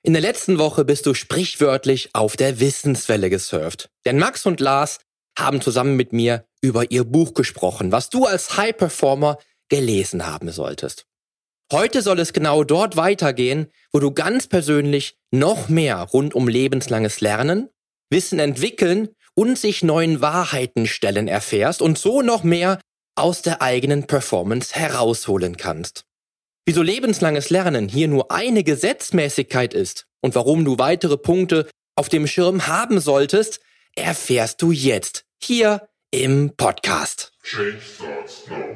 In der letzten Woche bist du sprichwörtlich auf der Wissenswelle gesurft. Denn Max und Lars haben zusammen mit mir über ihr Buch gesprochen, was du als High Performer gelesen haben solltest. Heute soll es genau dort weitergehen, wo du ganz persönlich noch mehr rund um lebenslanges Lernen, Wissen entwickeln und sich neuen Wahrheiten stellen erfährst und so noch mehr aus der eigenen Performance herausholen kannst. Wieso lebenslanges Lernen hier nur eine Gesetzmäßigkeit ist und warum du weitere Punkte auf dem Schirm haben solltest, erfährst du jetzt hier im Podcast. Change starts now.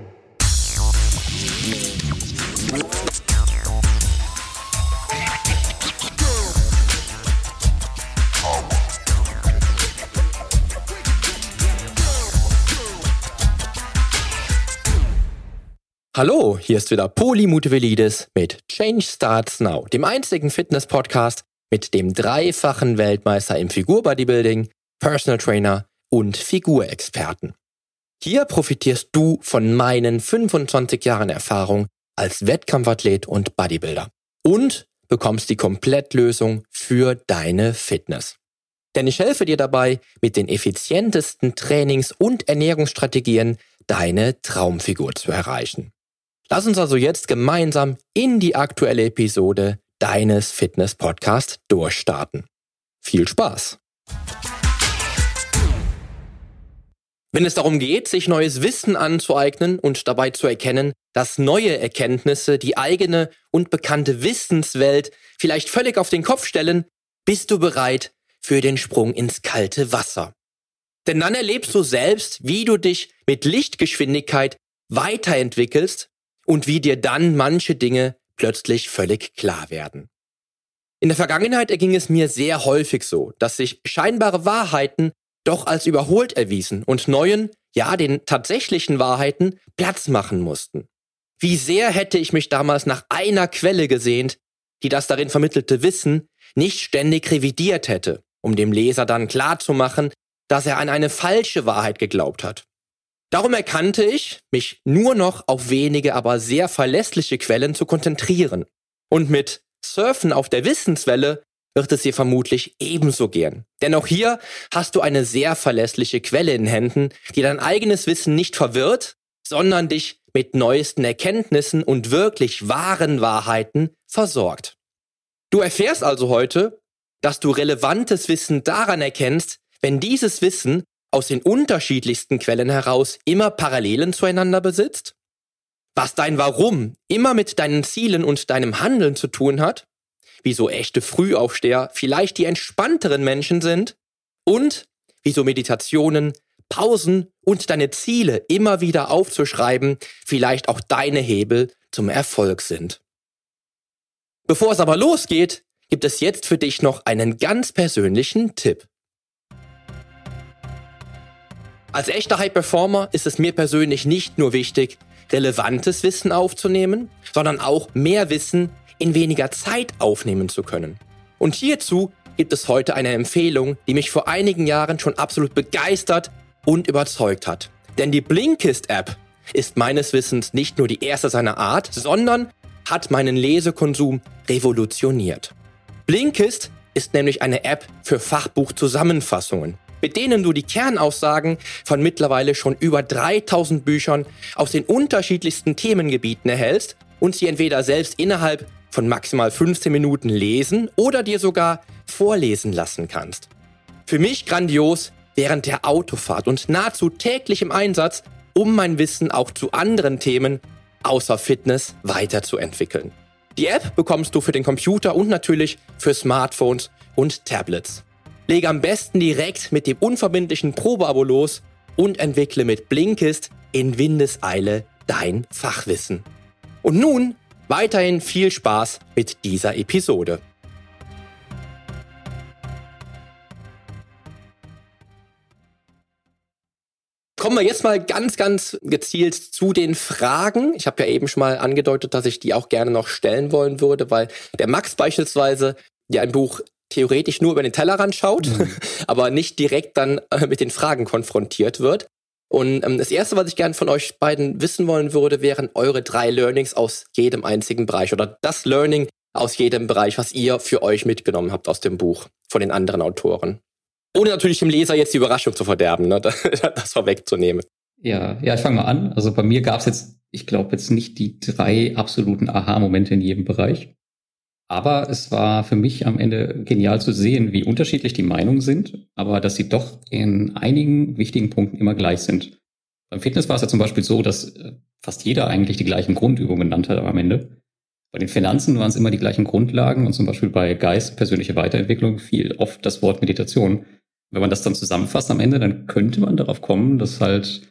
Hallo, hier ist wieder Poli Mutevelidis mit Change Starts Now, dem einzigen Fitness-Podcast mit dem dreifachen Weltmeister im Figur-Bodybuilding, Personal Trainer und Figurexperten. Hier profitierst du von meinen 25 Jahren Erfahrung als Wettkampfathlet und Bodybuilder und bekommst die Komplettlösung für deine Fitness. Denn ich helfe dir dabei, mit den effizientesten Trainings- und Ernährungsstrategien deine Traumfigur zu erreichen. Lass uns also jetzt gemeinsam in die aktuelle Episode deines Fitness-Podcasts durchstarten. Viel Spaß! Wenn es darum geht, sich neues Wissen anzueignen und dabei zu erkennen, dass neue Erkenntnisse die eigene und bekannte Wissenswelt vielleicht völlig auf den Kopf stellen, bist du bereit für den Sprung ins kalte Wasser. Denn dann erlebst du selbst, wie du dich mit Lichtgeschwindigkeit weiterentwickelst und wie dir dann manche Dinge plötzlich völlig klar werden. In der Vergangenheit erging es mir sehr häufig so, dass sich scheinbare Wahrheiten doch als überholt erwiesen und neuen, ja den tatsächlichen Wahrheiten Platz machen mussten. Wie sehr hätte ich mich damals nach einer Quelle gesehnt, die das darin vermittelte Wissen nicht ständig revidiert hätte, um dem Leser dann klarzumachen, dass er an eine falsche Wahrheit geglaubt hat. Darum erkannte ich, mich nur noch auf wenige, aber sehr verlässliche Quellen zu konzentrieren. Und mit Surfen auf der Wissenswelle wird es dir vermutlich ebenso gehen. Denn auch hier hast du eine sehr verlässliche Quelle in Händen, die dein eigenes Wissen nicht verwirrt, sondern dich mit neuesten Erkenntnissen und wirklich wahren Wahrheiten versorgt. Du erfährst also heute, dass du relevantes Wissen daran erkennst, wenn dieses Wissen aus den unterschiedlichsten Quellen heraus immer Parallelen zueinander besitzt, was dein Warum immer mit deinen Zielen und deinem Handeln zu tun hat, wieso echte Frühaufsteher vielleicht die entspannteren Menschen sind und wieso Meditationen, Pausen und deine Ziele immer wieder aufzuschreiben vielleicht auch deine Hebel zum Erfolg sind. Bevor es aber losgeht, gibt es jetzt für dich noch einen ganz persönlichen Tipp. Als echter High-Performer ist es mir persönlich nicht nur wichtig, relevantes Wissen aufzunehmen, sondern auch mehr Wissen in weniger Zeit aufnehmen zu können. Und hierzu gibt es heute eine Empfehlung, die mich vor einigen Jahren schon absolut begeistert und überzeugt hat. Denn die Blinkist-App ist meines Wissens nicht nur die erste seiner Art, sondern hat meinen Lesekonsum revolutioniert. Blinkist ist nämlich eine App für Fachbuchzusammenfassungen, mit denen du die Kernaussagen von mittlerweile schon über 3000 Büchern aus den unterschiedlichsten Themengebieten erhältst und sie entweder selbst innerhalb von maximal 15 Minuten lesen oder dir sogar vorlesen lassen kannst. Für mich grandios während der Autofahrt und nahezu täglich im Einsatz, um mein Wissen auch zu anderen Themen außer Fitness weiterzuentwickeln. Die App bekommst du für den Computer und natürlich für Smartphones und Tablets. Lege am besten direkt mit dem unverbindlichen Probeabo los und entwickle mit Blinkist in Windeseile dein Fachwissen. Und nun weiterhin viel Spaß mit dieser Episode. Kommen wir jetzt mal ganz gezielt zu den Fragen. Ich habe ja eben schon mal angedeutet, dass ich die auch gerne noch stellen wollen würde, weil der Max beispielsweise ja ein Buch theoretisch nur über den Tellerrand schaut, aber nicht direkt dann mit den Fragen konfrontiert wird. Und das Erste, was ich gerne von euch beiden wissen wollen würde, wären eure 3 Learnings aus jedem einzigen Bereich oder das Learning, aus jedem Bereich, was ihr für euch mitgenommen habt aus dem Buch von den anderen Autoren. Ohne natürlich dem Leser jetzt die Überraschung zu verderben, ne? Das vorwegzunehmen. Ja, ich fange mal an. Also bei mir gab es jetzt, ich glaube jetzt nicht die 3 absoluten Aha-Momente in jedem Bereich. Aber es war für mich am Ende genial zu sehen, wie unterschiedlich die Meinungen sind, aber dass sie doch in einigen wichtigen Punkten immer gleich sind. Beim Fitness war es ja zum Beispiel so, dass fast jeder eigentlich die gleichen Grundübungen genannt hat am Ende. Bei den Finanzen waren es immer die gleichen Grundlagen und zum Beispiel bei Geist, persönliche Weiterentwicklung, fiel oft das Wort Meditation. Wenn man das dann zusammenfasst am Ende, dann könnte man darauf kommen, dass halt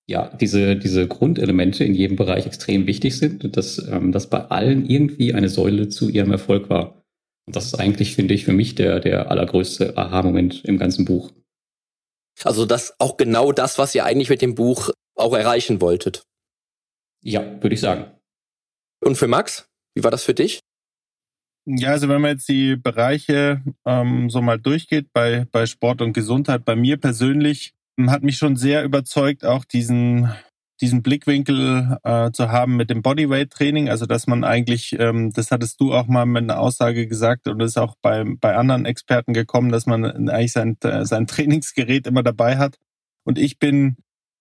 diese Grundelemente in jedem Bereich extrem wichtig sind und dass bei allen irgendwie eine Säule zu ihrem Erfolg war. Und das ist eigentlich, finde ich, für mich der allergrößte Aha-Moment im ganzen Buch. Also das auch genau das, was ihr eigentlich mit dem Buch auch erreichen wolltet. Ja, würde ich sagen. Und für Max, wie war das für dich? Ja, also wenn man jetzt die Bereiche so mal durchgeht bei Sport und Gesundheit, bei mir persönlich hat mich schon sehr überzeugt, auch diesen Blickwinkel zu haben mit dem Bodyweight-Training. Also dass man eigentlich, das hattest du auch mal mit einer Aussage gesagt und das ist auch bei anderen Experten gekommen, dass man eigentlich sein Trainingsgerät immer dabei hat. Und ich bin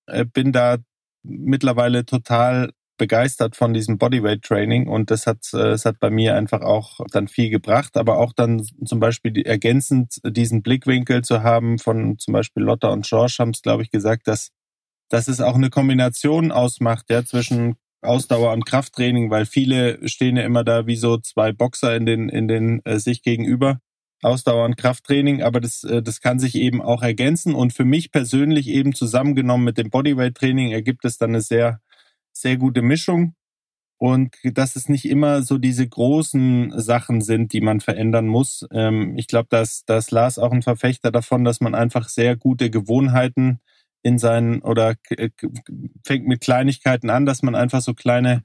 da mittlerweile total begeistert von diesem Bodyweight-Training und das hat bei mir einfach auch dann viel gebracht, aber auch dann zum Beispiel ergänzend diesen Blickwinkel zu haben von zum Beispiel Lotta und George haben es, glaube ich, gesagt, dass es auch eine Kombination ausmacht, ja, zwischen Ausdauer und Krafttraining, weil viele stehen ja immer da wie so 2 Boxer in den sich gegenüber. Ausdauer und Krafttraining, aber das kann sich eben auch ergänzen und für mich persönlich eben zusammengenommen mit dem Bodyweight-Training ergibt es dann eine sehr, sehr gute Mischung und dass es nicht immer so diese großen Sachen sind, die man verändern muss. Ich glaube, dass Lars auch ein Verfechter davon, dass man einfach sehr gute Gewohnheiten fängt mit Kleinigkeiten an, dass man einfach so kleine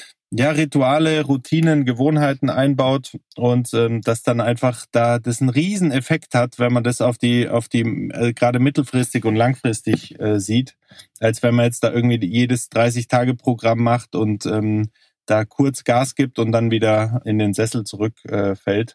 Rituale, Routinen, Gewohnheiten einbaut und dass dann einfach das einen riesen Effekt hat, wenn man das auf die gerade mittelfristig und langfristig sieht, als wenn man jetzt da irgendwie jedes 30-Tage-Programm macht und da kurz Gas gibt und dann wieder in den Sessel zurückfällt.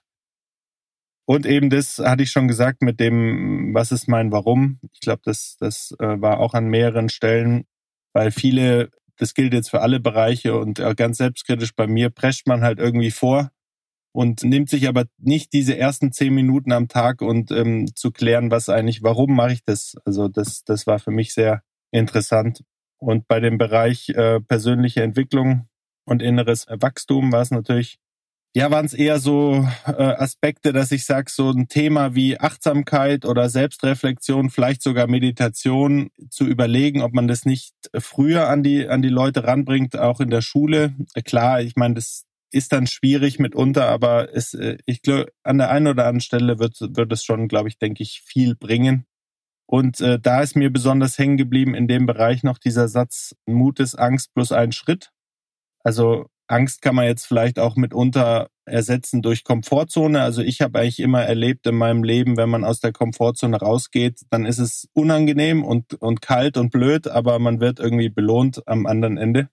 Und eben das hatte ich schon gesagt mit dem, was ist mein Warum? Ich glaube, das war auch an mehreren Stellen, weil viele, das gilt jetzt für alle Bereiche und ganz selbstkritisch bei mir, prescht man halt irgendwie vor und nimmt sich aber nicht diese ersten 10 Minuten am Tag und zu klären, warum mache ich das? Also das war für mich sehr interessant. Und bei dem Bereich persönliche Entwicklung und inneres Wachstum war es natürlich, waren es eher so Aspekte, dass ich sage, so ein Thema wie Achtsamkeit oder Selbstreflexion, vielleicht sogar Meditation, zu überlegen, ob man das nicht früher an die Leute ranbringt, auch in der Schule. Klar, ich meine, das ist dann schwierig mitunter, aber ich glaube, an der einen oder anderen Stelle wird es schon, denke ich, viel bringen. Und da ist mir besonders hängen geblieben in dem Bereich noch dieser Satz, Mut ist Angst plus ein Schritt. Also Angst kann man jetzt vielleicht auch mitunter ersetzen durch Komfortzone. Also ich habe eigentlich immer erlebt in meinem Leben, wenn man aus der Komfortzone rausgeht, dann ist es unangenehm und kalt und blöd, aber man wird irgendwie belohnt am anderen Ende.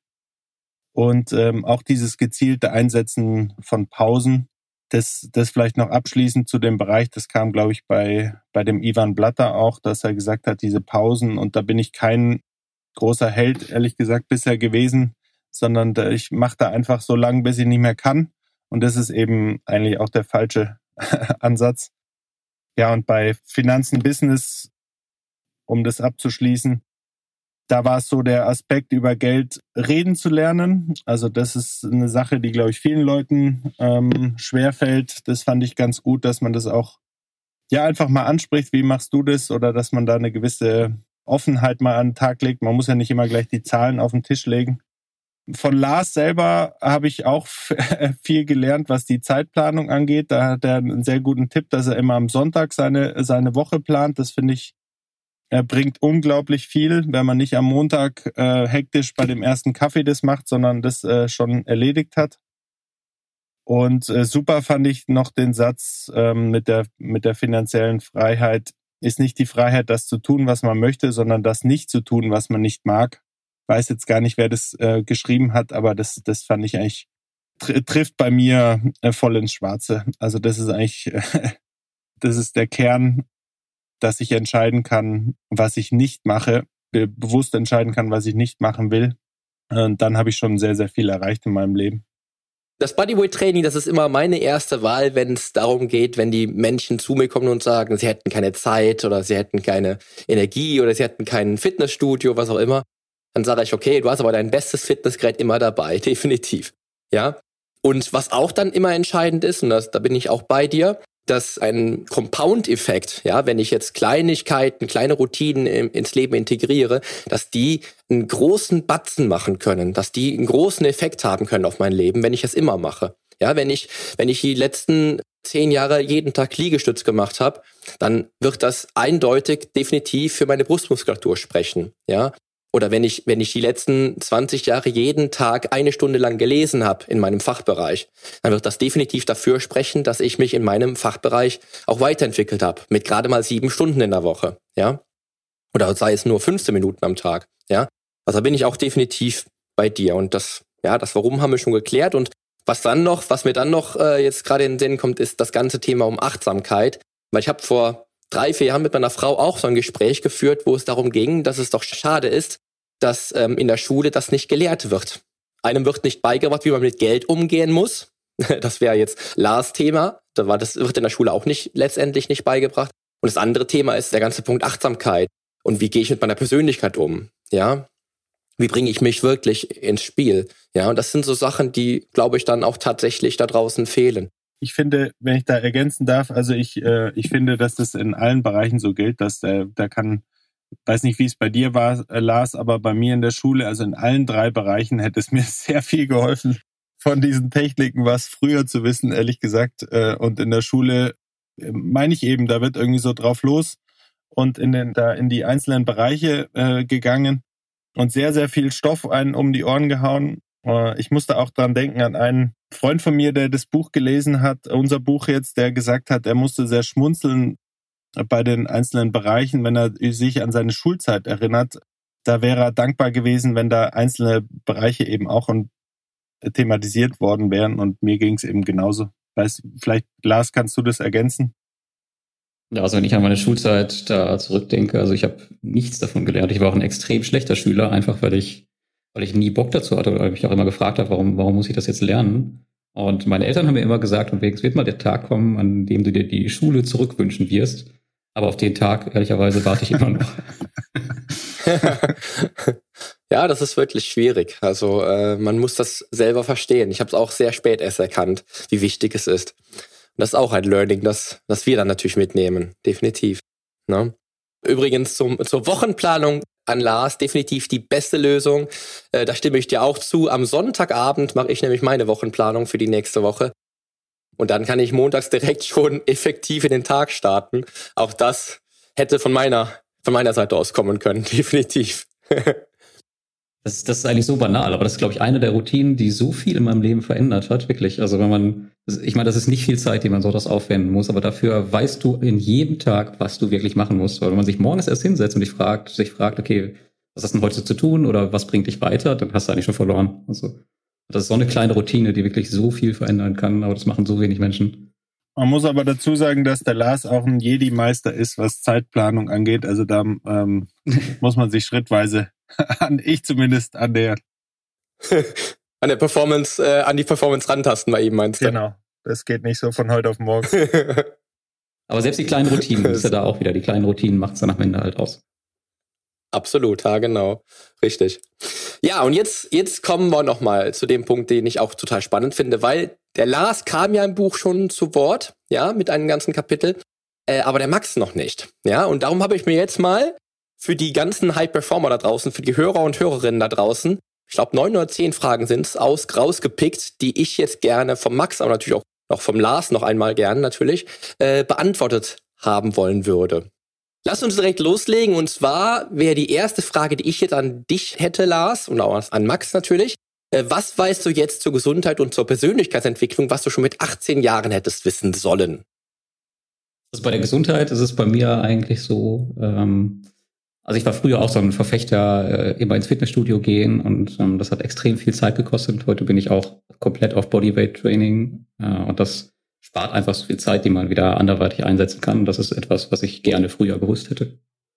Und auch dieses gezielte Einsetzen von Pausen, das vielleicht noch abschließend zu dem Bereich, das kam, glaube ich, bei dem Ivan Blatter auch, dass er gesagt hat, diese Pausen, und da bin ich kein großer Held, ehrlich gesagt, bisher gewesen, sondern ich mache da einfach so lange, bis ich nicht mehr kann. Und das ist eben eigentlich auch der falsche Ansatz. Ja, und bei Finanzen, Business, um das abzuschließen, da war es so der Aspekt, über Geld reden zu lernen. Also das ist eine Sache, die, glaube ich, vielen Leuten schwerfällt. Das fand ich ganz gut, dass man das auch einfach mal anspricht. Wie machst du das? Oder dass man da eine gewisse Offenheit mal an den Tag legt. Man muss ja nicht immer gleich die Zahlen auf den Tisch legen. Von Lars selber habe ich auch viel gelernt, was die Zeitplanung angeht. Da hat er einen sehr guten Tipp, dass er immer am Sonntag seine Woche plant. Das finde ich, bringt unglaublich viel, wenn man nicht am Montag hektisch bei dem ersten Kaffee das macht, sondern das schon erledigt hat. Und super fand ich noch den Satz mit der finanziellen Freiheit. Ist nicht die Freiheit, das zu tun, was man möchte, sondern das nicht zu tun, was man nicht mag. Weiß jetzt gar nicht, wer das geschrieben hat, aber das fand ich eigentlich trifft bei mir voll ins Schwarze. Also das ist eigentlich, das ist der Kern, dass ich entscheiden kann, was ich nicht mache, bewusst entscheiden kann, was ich nicht machen will. Und dann habe ich schon sehr, sehr viel erreicht in meinem Leben. Das Bodyweight-Training, das ist immer meine erste Wahl, wenn es darum geht, wenn die Menschen zu mir kommen und sagen, sie hätten keine Zeit oder sie hätten keine Energie oder sie hätten kein Fitnessstudio, was auch immer. Dann sage ich, okay, du hast aber dein bestes Fitnessgerät immer dabei, definitiv. Ja. Und was auch dann immer entscheidend ist, und da bin ich auch bei dir, dass ein Compound-Effekt, ja, wenn ich jetzt Kleinigkeiten, kleine Routinen ins Leben integriere, dass die einen großen Batzen machen können, dass die einen großen Effekt haben können auf mein Leben, wenn ich es immer mache. Ja, wenn ich die letzten 10 Jahre jeden Tag Liegestütz gemacht habe, dann wird das eindeutig definitiv für meine Brustmuskulatur sprechen, ja. Oder wenn ich die letzten 20 Jahre jeden Tag 1 Stunde lang gelesen habe in meinem Fachbereich, dann wird das definitiv dafür sprechen, dass ich mich in meinem Fachbereich auch weiterentwickelt habe. Mit gerade mal 7 Stunden in der Woche, ja. Oder sei es nur 15 Minuten am Tag, ja. Also da bin ich auch definitiv bei dir. Und das Warum haben wir schon geklärt. Und was mir dann noch jetzt gerade in den Sinn kommt, ist das ganze Thema um Achtsamkeit. Weil ich habe vor 3-4 Jahren mit meiner Frau auch so ein Gespräch geführt, wo es darum ging, dass es doch schade ist, dass in der Schule das nicht gelehrt wird. Einem wird nicht beigebracht, wie man mit Geld umgehen muss. Das wäre jetzt Lars Thema. Das wird in der Schule auch letztendlich nicht beigebracht. Und das andere Thema ist der ganze Punkt Achtsamkeit. Und wie gehe ich mit meiner Persönlichkeit um? Ja? Wie bringe ich mich wirklich ins Spiel? Ja, und das sind so Sachen, die, glaube ich, dann auch tatsächlich da draußen fehlen. Ich finde, wenn ich da ergänzen darf, also ich finde, dass das in allen Bereichen so gilt, dass weiß nicht, wie es bei dir war, Lars, aber bei mir in der Schule, also in allen 3 Bereichen hätte es mir sehr viel geholfen, von diesen Techniken was früher zu wissen, ehrlich gesagt. Und in der Schule meine ich eben, da wird irgendwie so drauf los und in die einzelnen Bereiche gegangen und sehr, sehr viel Stoff einen um die Ohren gehauen. Ich musste auch dran denken an einen Freund von mir, der das Buch gelesen hat, unser Buch jetzt, der gesagt hat, er musste sehr schmunzeln bei den einzelnen Bereichen, wenn er sich an seine Schulzeit erinnert. Da wäre er dankbar gewesen, wenn da einzelne Bereiche eben auch thematisiert worden wären und mir ging es eben genauso. Vielleicht, Lars, kannst du das ergänzen? Ja, also wenn ich an meine Schulzeit da zurückdenke, also ich habe nichts davon gelernt. Ich war auch ein extrem schlechter Schüler, einfach weil ich nie Bock dazu hatte oder mich auch immer gefragt habe, warum muss ich das jetzt lernen? Und meine Eltern haben mir immer gesagt, es wird mal der Tag kommen, an dem du dir die Schule zurückwünschen wirst. Aber auf den Tag, ehrlicherweise, warte ich immer noch. Ja, das ist wirklich schwierig. Also man muss das selber verstehen. Ich habe es auch sehr spät erst erkannt, wie wichtig es ist. Und das ist auch ein Learning, das wir dann natürlich mitnehmen. Definitiv. Ne? Übrigens zur Wochenplanung an Lars, definitiv die beste Lösung. Da stimme ich dir auch zu. Am Sonntagabend mache ich nämlich meine Wochenplanung für die nächste Woche. Und dann kann ich montags direkt schon effektiv in den Tag starten. Auch das hätte von meiner Seite aus kommen können, definitiv. Das ist eigentlich so banal, aber das ist, glaube ich, eine der Routinen, die so viel in meinem Leben verändert hat, wirklich. Also ich meine, das ist nicht viel Zeit, die man so das aufwenden muss, aber dafür weißt du in jedem Tag, was du wirklich machen musst. Weil wenn man sich morgens erst hinsetzt und sich fragt, okay, was hast du denn heute zu tun oder was bringt dich weiter, dann hast du eigentlich schon verloren. Also das ist so eine kleine Routine, die wirklich so viel verändern kann, aber das machen so wenig Menschen. Man muss aber dazu sagen, dass der Lars auch ein Jedi-Meister ist, was Zeitplanung angeht. Also da muss man sich schrittweise ich zumindest an die Performance rantasten bei ihm, meinst du? Genau, das geht nicht so von heute auf morgen. Aber selbst die kleinen Routinen, das ist ja da auch wieder, die kleinen Routinen macht es dann am Ende halt aus. Absolut, ja genau, richtig. Ja, und jetzt kommen wir nochmal zu dem Punkt, den ich auch total spannend finde, weil der Lars kam ja im Buch schon zu Wort, ja, mit einem ganzen Kapitel, aber der Max noch nicht, ja, und darum habe ich mir jetzt mal für die ganzen High-Performer da draußen, für die Hörer und Hörerinnen da draußen, ich glaube 9 oder 10 Fragen sind es, rausgepickt, die ich jetzt gerne vom Max, aber natürlich auch noch vom Lars noch einmal gerne natürlich, beantwortet haben wollen würde. Lass uns direkt loslegen, und zwar wäre die erste Frage, die ich jetzt an dich hätte, Lars, und auch an Max natürlich. Was weißt du jetzt zur Gesundheit und zur Persönlichkeitsentwicklung, was du schon mit 18 Jahren hättest wissen sollen? Also bei der Gesundheit ist es bei mir eigentlich so, Also ich war früher auch so ein Verfechter, immer ins Fitnessstudio gehen und das hat extrem viel Zeit gekostet. Heute bin ich auch komplett auf Bodyweight-Training und das spart einfach so viel Zeit, die man wieder anderweitig einsetzen kann. Das ist etwas, was ich gerne früher gewusst hätte.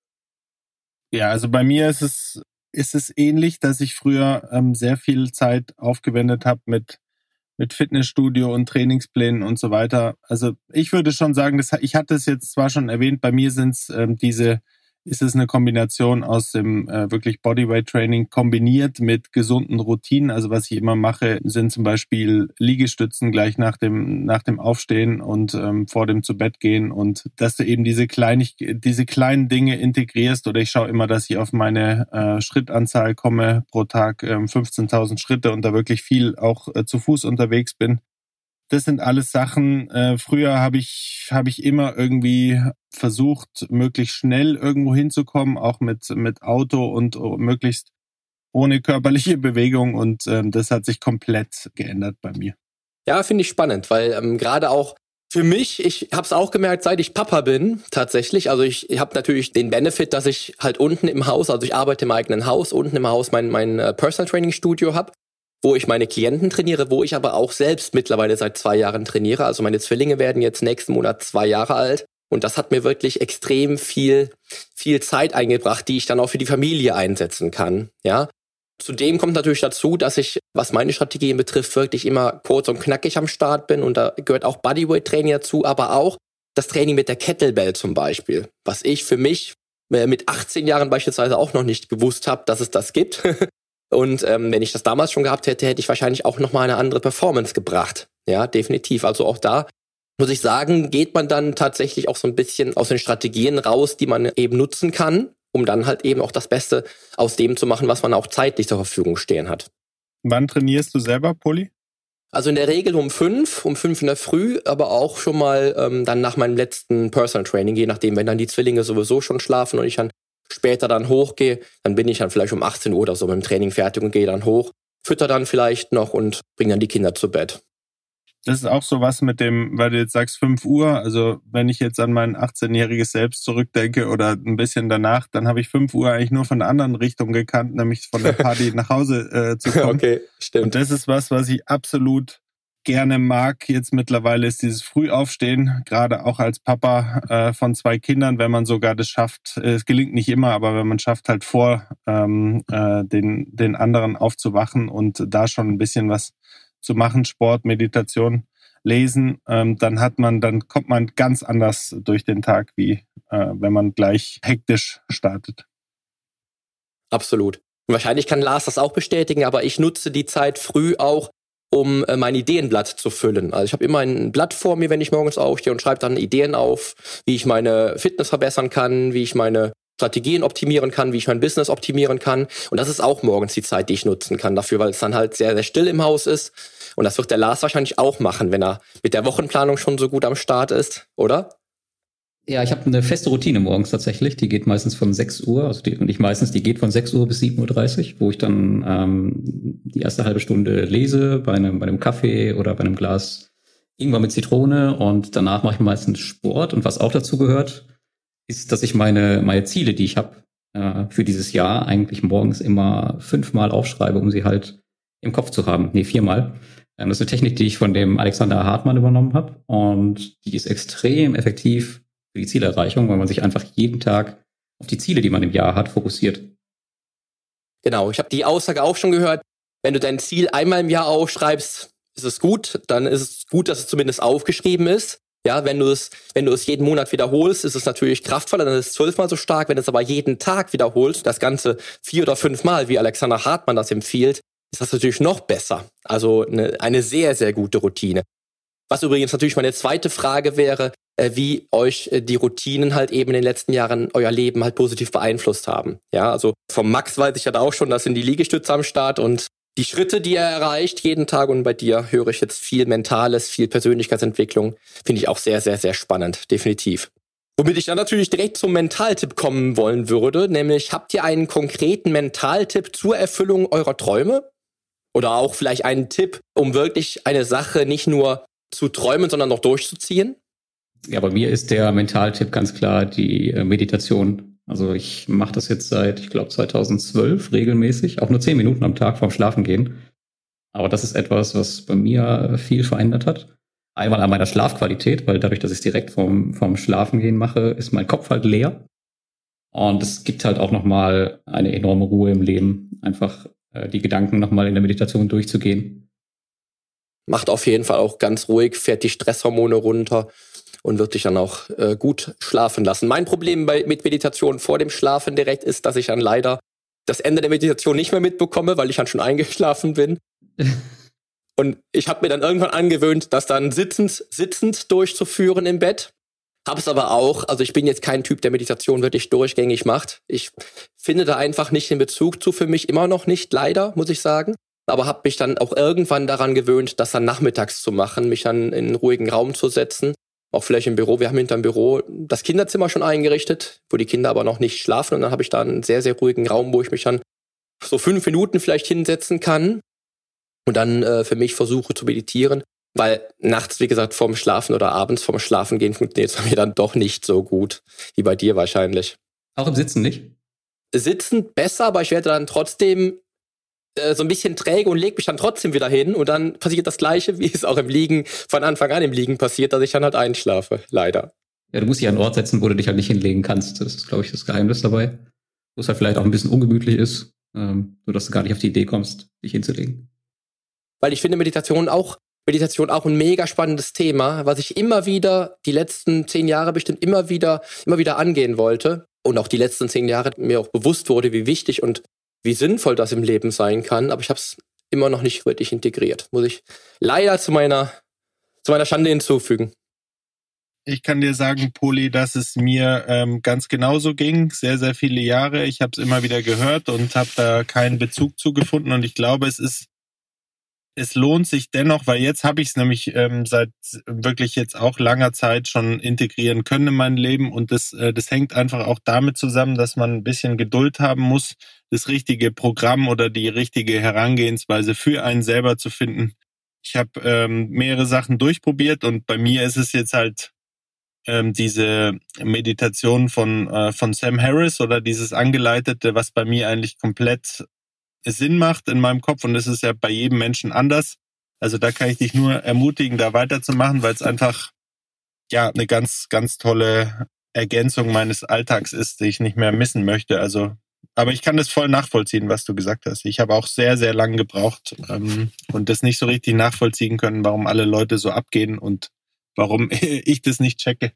Ja, also bei mir ist es ähnlich, dass ich früher sehr viel Zeit aufgewendet habe mit Fitnessstudio und Trainingsplänen und so weiter. Also ich würde schon sagen, ich hatte es jetzt zwar schon erwähnt, bei mir ist es eine Kombination aus dem wirklich Bodyweight-Training kombiniert mit gesunden Routinen. Also was ich immer mache, sind zum Beispiel Liegestützen gleich nach dem Aufstehen und vor dem Zu-Bett-Gehen und dass du eben diese kleinen Dinge integrierst oder ich schaue immer, dass ich auf meine Schrittanzahl komme pro Tag, 15.000 Schritte und da wirklich viel auch zu Fuß unterwegs bin. Das sind alles Sachen, früher habe ich immer irgendwie versucht, möglichst schnell irgendwo hinzukommen, auch mit Auto und möglichst ohne körperliche Bewegung und das hat sich komplett geändert bei mir. Ja, finde ich spannend, weil gerade auch für mich, ich habe es auch gemerkt, seit ich Papa bin, tatsächlich. Also ich habe natürlich den Benefit, dass ich halt unten im Haus, also ich arbeite im eigenen Haus, unten im Haus mein Personal Training Studio habe, wo ich meine Klienten trainiere, wo ich aber auch selbst mittlerweile seit 2 Jahren trainiere. Also meine Zwillinge werden jetzt nächsten Monat 2 Jahre alt. Und das hat mir wirklich extrem viel Zeit eingebracht, die ich dann auch für die Familie einsetzen kann. Ja. Zudem kommt natürlich dazu, dass ich, was meine Strategien betrifft, wirklich immer kurz und knackig am Start bin. Und da gehört auch Bodyweight-Training dazu, aber auch das Training mit der Kettlebell zum Beispiel. Was ich für mich mit 18 Jahren beispielsweise auch noch nicht gewusst habe, dass es das gibt. Und wenn ich das damals schon gehabt hätte, hätte ich wahrscheinlich auch nochmal eine andere Performance gebracht. Ja, definitiv. Also auch da muss ich sagen, geht man dann tatsächlich auch so ein bisschen aus den Strategien raus, die man eben nutzen kann, um dann halt eben auch das Beste aus dem zu machen, was man auch zeitlich zur Verfügung stehen hat. Wann trainierst du selber, Poli? Also in der Regel um 5 in der Früh, aber auch schon mal dann nach meinem letzten Personal Training, je nachdem, wenn dann die Zwillinge sowieso schon schlafen und ich dann später dann hochgehe, dann bin ich dann vielleicht um 18 Uhr oder so mit dem Training fertig und gehe dann hoch, fütter dann vielleicht noch und bringe dann die Kinder zu Bett. Das ist auch so was mit dem, weil du jetzt sagst 5 Uhr, also wenn ich jetzt an mein 18-jähriges Selbst zurückdenke oder ein bisschen danach, dann habe ich 5 Uhr eigentlich nur von der anderen Richtung gekannt, nämlich von der Party nach Hause zu kommen. Okay, stimmt. Und das ist was ich absolut gerne mag. Jetzt mittlerweile ist dieses Frühaufstehen, gerade auch als Papa von 2 Kindern, wenn man sogar das schafft, es gelingt nicht immer, aber wenn man schafft halt vor den anderen aufzuwachen und da schon ein bisschen was zu machen, Sport, Meditation, Lesen, dann kommt man ganz anders durch den Tag, wie wenn man gleich hektisch startet. Absolut. Und wahrscheinlich kann Lars das auch bestätigen, aber ich nutze die Zeit früh auch, um mein Ideenblatt zu füllen. Also ich habe immer ein Blatt vor mir, wenn ich morgens aufstehe und schreibe dann Ideen auf, wie ich meine Fitness verbessern kann, wie ich meine Strategien optimieren kann, wie ich mein Business optimieren kann. Und das ist auch morgens die Zeit, die ich nutzen kann dafür, weil es dann halt sehr, sehr still im Haus ist. Und das wird der Lars wahrscheinlich auch machen, wenn er mit der Wochenplanung schon so gut am Start ist, oder? Ja, ich habe eine feste Routine morgens tatsächlich. Die geht meistens von 6 Uhr, die geht von 6 Uhr bis 7.30 Uhr, wo ich dann die erste halbe Stunde lese bei einem Kaffee oder bei einem Glas Ingwer mit Zitrone und danach mache ich meistens Sport. Und was auch dazu gehört, ist, dass ich meine Ziele, die ich habe für dieses Jahr, eigentlich morgens immer 5-mal aufschreibe, um sie halt im Kopf zu haben. 4-mal. Das ist eine Technik, die ich von dem Alexander Hartmann übernommen habe und die ist extrem effektiv für die Zielerreichung, weil man sich einfach jeden Tag auf die Ziele, die man im Jahr hat, fokussiert. Genau, ich habe die Aussage auch schon gehört, wenn du dein Ziel einmal im Jahr aufschreibst, ist es gut, dann ist es gut, dass es zumindest aufgeschrieben ist. Ja, wenn du es jeden Monat wiederholst, ist es natürlich kraftvoller, dann ist es 12-mal so stark. Wenn du es aber jeden Tag wiederholst, das Ganze 4 oder 5-mal, wie Alexander Hartmann das empfiehlt, ist das natürlich noch besser. Also eine sehr, sehr gute Routine. Was übrigens natürlich meine zweite Frage wäre, wie euch die Routinen halt eben in den letzten Jahren euer Leben halt positiv beeinflusst haben. Ja, also vom Max weiß ich ja auch schon, da sind die Liegestütze am Start und die Schritte, die er erreicht jeden Tag, und bei dir höre ich jetzt viel Mentales, viel Persönlichkeitsentwicklung, finde ich auch sehr, sehr, sehr spannend, definitiv. Womit ich dann natürlich direkt zum Mentaltipp kommen wollen würde, nämlich habt ihr einen konkreten Mentaltipp zur Erfüllung eurer Träume? Oder auch vielleicht einen Tipp, um wirklich eine Sache nicht nur zu träumen, sondern noch durchzuziehen? Ja, bei mir ist der Mentaltipp ganz klar die Meditation. Also ich mache das jetzt seit, ich glaube, 2012 regelmäßig, auch nur 10 Minuten am Tag vorm Schlafengehen. Aber das ist etwas, was bei mir viel verändert hat. Einmal an meiner Schlafqualität, weil dadurch, dass ich es direkt vorm Schlafengehen mache, ist mein Kopf halt leer. Und es gibt halt auch nochmal eine enorme Ruhe im Leben, einfach die Gedanken nochmal in der Meditation durchzugehen. Macht auf jeden Fall auch ganz ruhig, fährt die Stresshormone runter und wird dich dann auch gut schlafen lassen. Mein Problem mit Meditation vor dem Schlafen direkt ist, dass ich dann leider das Ende der Meditation nicht mehr mitbekomme, weil ich dann schon eingeschlafen bin. Und ich habe mir dann irgendwann angewöhnt, das dann sitzend durchzuführen im Bett. Habe es aber auch, also ich bin jetzt kein Typ, der Meditation wirklich durchgängig macht. Ich finde da einfach nicht den Bezug zu, für mich immer noch nicht, leider, muss ich sagen. Aber habe mich dann auch irgendwann daran gewöhnt, das dann nachmittags zu machen, mich dann in einen ruhigen Raum zu setzen. Auch vielleicht im Büro. Wir haben hinterm Büro das Kinderzimmer schon eingerichtet, wo die Kinder aber noch nicht schlafen. Und dann habe ich da einen sehr, sehr ruhigen Raum, wo ich mich dann so 5 Minuten vielleicht hinsetzen kann und dann für mich versuche zu meditieren. Weil nachts, wie gesagt, vorm Schlafen oder abends vorm Schlafen gehen funktioniert es bei mir dann doch nicht so gut, wie bei dir wahrscheinlich. Auch im Sitzen nicht? Sitzen besser, aber ich werde dann trotzdem so ein bisschen träge und lege mich dann trotzdem wieder hin und dann passiert das Gleiche, wie es auch im Liegen, von Anfang an im Liegen passiert, dass ich dann halt einschlafe, leider. Ja, du musst dich an einen Ort setzen, wo du dich halt nicht hinlegen kannst. Das ist, glaube ich, das Geheimnis dabei. Wo es halt vielleicht auch ein bisschen ungemütlich ist, sodass du gar nicht auf die Idee kommst, dich hinzulegen. Weil ich finde Meditation auch ein mega spannendes Thema, was ich immer wieder, die letzten 10 Jahre bestimmt immer wieder angehen wollte. Und auch die letzten 10 Jahre mir auch bewusst wurde, wie wichtig und wie sinnvoll das im Leben sein kann. Aber ich habe es immer noch nicht wirklich integriert. Muss ich leider zu meiner Schande hinzufügen. Ich kann dir sagen, Poli, dass es mir ganz genauso ging, sehr, sehr viele Jahre. Ich habe es immer wieder gehört und habe da keinen Bezug zu gefunden. Und ich glaube, es lohnt sich dennoch, weil jetzt habe ich es nämlich seit wirklich jetzt auch langer Zeit schon integrieren können in mein Leben. Und das hängt einfach auch damit zusammen, dass man ein bisschen Geduld haben muss, das richtige Programm oder die richtige Herangehensweise für einen selber zu finden. Ich habe mehrere Sachen durchprobiert und bei mir ist es jetzt halt diese Meditation von Sam Harris oder dieses Angeleitete, was bei mir eigentlich komplett Sinn macht in meinem Kopf, und das ist ja bei jedem Menschen anders. Also da kann ich dich nur ermutigen, da weiterzumachen, weil es einfach ja eine ganz, ganz tolle Ergänzung meines Alltags ist, die ich nicht mehr missen möchte. Also, aber ich kann das voll nachvollziehen, was du gesagt hast. Ich habe auch sehr, sehr lange gebraucht und das nicht so richtig nachvollziehen können, warum alle Leute so abgehen und warum ich das nicht checke.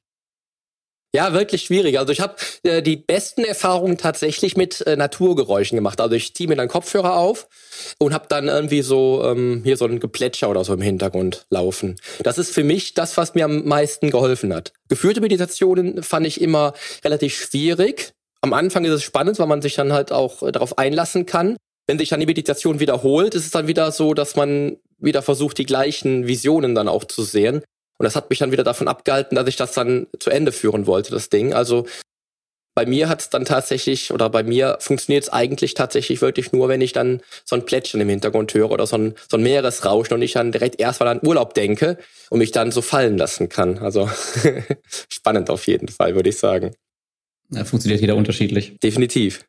Ja, wirklich schwierig. Also ich habe die besten Erfahrungen tatsächlich mit Naturgeräuschen gemacht. Also ich ziehe mir dann Kopfhörer auf und habe dann irgendwie so hier so ein Geplätscher oder so im Hintergrund laufen. Das ist für mich das, was mir am meisten geholfen hat. Geführte Meditationen fand ich immer relativ schwierig. Am Anfang ist es spannend, weil man sich dann halt auch darauf einlassen kann. Wenn sich dann die Meditation wiederholt, ist es dann wieder so, dass man wieder versucht, die gleichen Visionen dann auch zu sehen. Und das hat mich dann wieder davon abgehalten, dass ich das dann zu Ende führen wollte, das Ding. Also bei mir hat es dann tatsächlich, oder bei mir funktioniert es eigentlich tatsächlich wirklich nur, wenn ich dann so ein Plätschern im Hintergrund höre oder so ein Meeresrauschen und ich dann direkt erstmal an Urlaub denke und mich dann so fallen lassen kann. Also spannend auf jeden Fall, würde ich sagen. Ja, funktioniert jeder unterschiedlich. Definitiv.